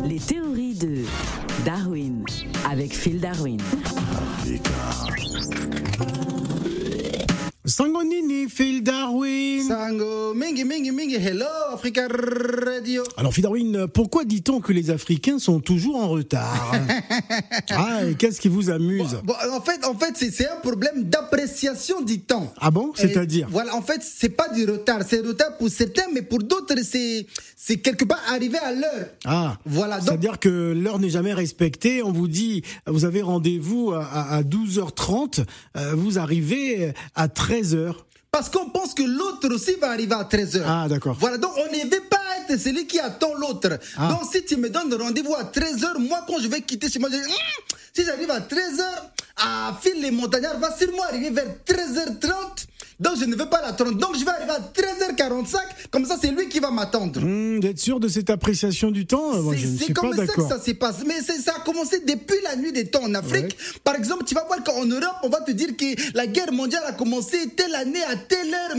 Les théories de Darwin avec Phil Darwin. Sango Nini, Phil Darwin. Sango, mingi, hello, Africa Radio. Alors Phil Darwin, pourquoi dit-on que les Africains sont toujours en retard? Et qu'est-ce qui vous amuse? En fait, c'est un problème d'appréciation du temps. Ah bon? C'est-à-dire? Voilà, en fait, c'est pas du retard. C'est retard pour certains, mais pour d'autres, c'est quelque part arrivé à l'heure. Ah, voilà. Donc, c'est-à-dire que l'heure n'est jamais respectée. On vous dit, vous avez rendez-vous à 12h30, vous arrivez à 13h. Parce qu'on pense que l'autre aussi va arriver à 13h. Ah, d'accord. Voilà, donc on ne veut pas être celui qui attend l'autre. Ah. Donc si tu me donnes rendez-vous à 13h, moi quand je vais quitter chez moi, je dis, si j'arrive à 13h, à Phil les montagnards va sûrement arriver vers 13h30. Donc je ne veux pas l'attendre. Donc je vais arriver à 13h45. Comme ça, c'est lui qui va m'attendre. D'être sûr de cette appréciation du temps? Moi, je ne suis pas d'accord. C'est comme ça que ça se passe. Mais ça a commencé depuis la nuit des temps en Afrique. Ouais. Par exemple, tu vas voir qu'en Europe, on va te dire que la guerre mondiale a commencé telle année à telle heure,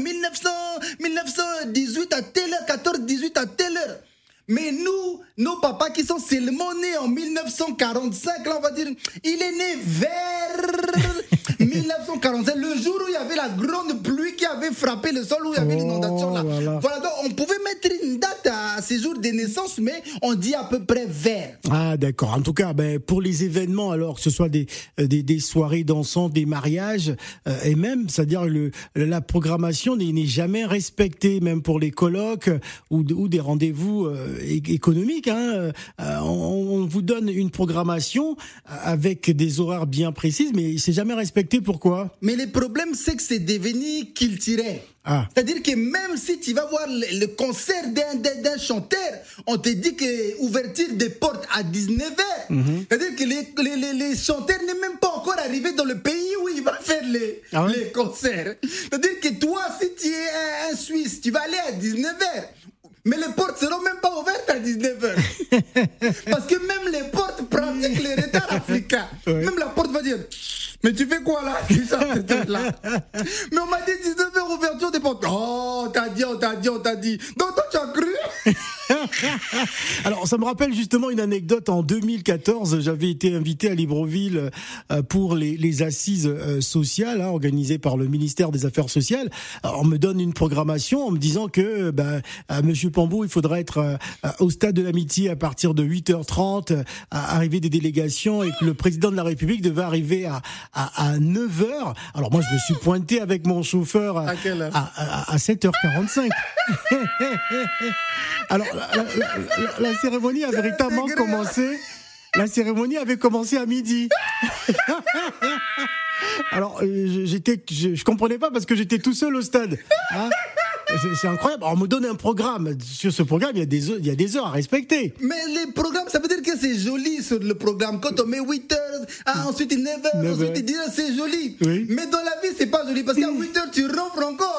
1918 à telle heure, 14-18 à telle heure. Mais nous, nos papas qui sont seulement nés en 1945, là on va dire, il est né vers 1945, le jour où il y avait la grande pluie qui avait frappé le sol, où il y avait l'inondation là. Voilà, donc on pouvait mettre une date à ces jours de naissance, mais on dit à peu près vers. Ah d'accord, en tout cas, pour les événements, alors que ce soit des soirées dansantes, des mariages, et même, c'est-à-dire la programmation n'est jamais respectée, même pour les colloques ou des rendez-vous économique, on vous donne une programmation avec des horaires bien précises, mais c'est jamais respecté. Pourquoi? Mais le problème, c'est que c'est devenu culturel. Ah. C'est-à-dire que même si tu vas voir le concert d'un chanteur, on te dit que ouverture des portes à 19h. C'est-à-dire que les chanteurs n'est même pas encore arrivés dans le pays où il va faire les concerts. C'est-à-dire que toi, si tu es un Suisse, tu vas aller à 19h. Mais les portes seront même pas ouvertes à 19h. Parce que même les portes pratiquent les retards africains. Ouais. Même la porte va dire, mais tu fais quoi là? Mais on m'a dit 19h ouverture des portes. Oh, on t'a dit. Donc toi tu as cru? Alors ça me rappelle justement une anecdote. En 2014, j'avais été invité à Libreville pour les assises sociales organisées par le ministère des Affaires sociales. Alors, on me donne une programmation en me disant que Monsieur Pambou, il faudra être au stade de l'Amitié à partir de 8h30, arriver des délégations, et que le président de la République devait arriver à 9h. Alors moi je me suis pointé avec mon chauffeur à 7h45. Alors la cérémonie a véritablement commencé. La cérémonie avait commencé à midi. Alors je comprenais pas parce que j'étais tout seul au stade. C'est incroyable. Alors, on me donne un programme. Sur ce programme, il y a des heures à respecter. Mais les programmes, ça veut dire que c'est joli sur le programme. Quand on met 8 heures, ensuite 9h, ensuite 10h, c'est joli. Oui. Mais dans la vie, c'est pas joli parce qu'à 8 heures, tu ronfles encore.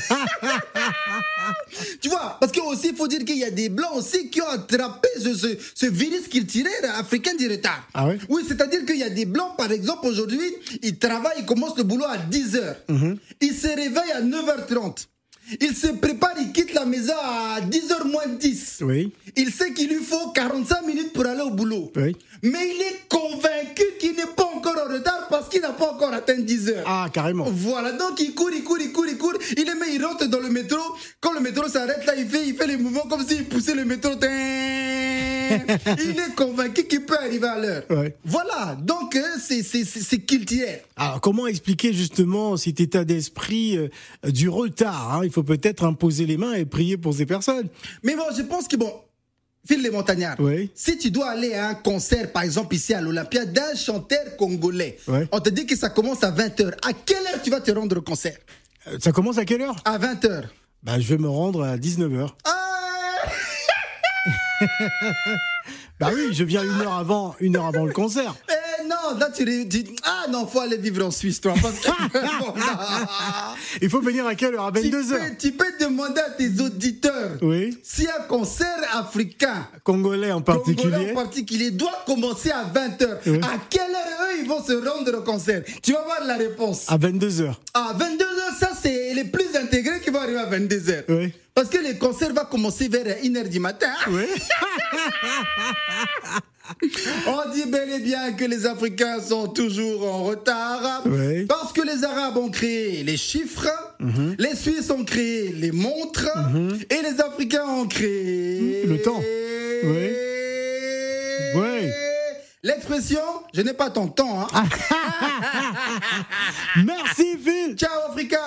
Tu vois, parce qu'aussi, il faut dire qu'il y a des Blancs aussi qui ont attrapé ce virus culturel africain du retard. Ah oui? Oui, c'est-à-dire qu'il y a des Blancs, par exemple, aujourd'hui, ils travaillent, ils commencent le boulot à 10h. Ils se réveillent à 9h30. Il se prépare, il quitte la maison à 10h moins 10. Oui. Il sait qu'il lui faut 45 minutes pour aller au boulot. Oui. Mais il est convaincu qu'il n'est pas encore en retard parce qu'il n'a pas encore atteint 10h. Ah, carrément. Voilà, donc il court. Il rentre dans le métro. Quand le métro s'arrête, là, il fait les mouvements comme s'il poussait le métro. Il est convaincu qu'il peut arriver à l'heure. Ouais. Voilà, donc c'est culturel. Alors, comment expliquer justement cet état d'esprit du retard? Il faut peut-être imposer les mains et prier pour ces personnes. Mais bon, je pense que Phil les montagnards, si tu dois aller à un concert, par exemple ici à l'Olympia, d'un chanteur congolais, on te dit que ça commence à 20h. À quelle heure tu vas te rendre au concert? Ça commence à quelle heure? À 20h. Je vais me rendre à 19h. Bah oui, je viens une heure avant le concert. Non, là tu dis faut aller vivre en Suisse toi parce que il faut venir à quelle heure? À 22h. Tu peux demander à tes auditeurs. Oui. Si un concert africain congolais en particulier doit commencer à 20h. Oui. À quelle heure eux ils vont se rendre au concert? Tu vas voir la réponse. À 22h. À 22h, ça c'est les plus intégrés qui vont arriver arriver à 22h. Oui. Parce que le concert va commencer vers 1h du matin. Oui. On dit bel et bien que les Africains sont toujours en retard. Oui. Parce que les Arabes ont créé les chiffres, les Suisses ont créé les montres, et les Africains ont créé... Le temps. Oui. Oui. L'expression, je n'ai pas ton temps. Hein. Merci Phil. Ciao Africa.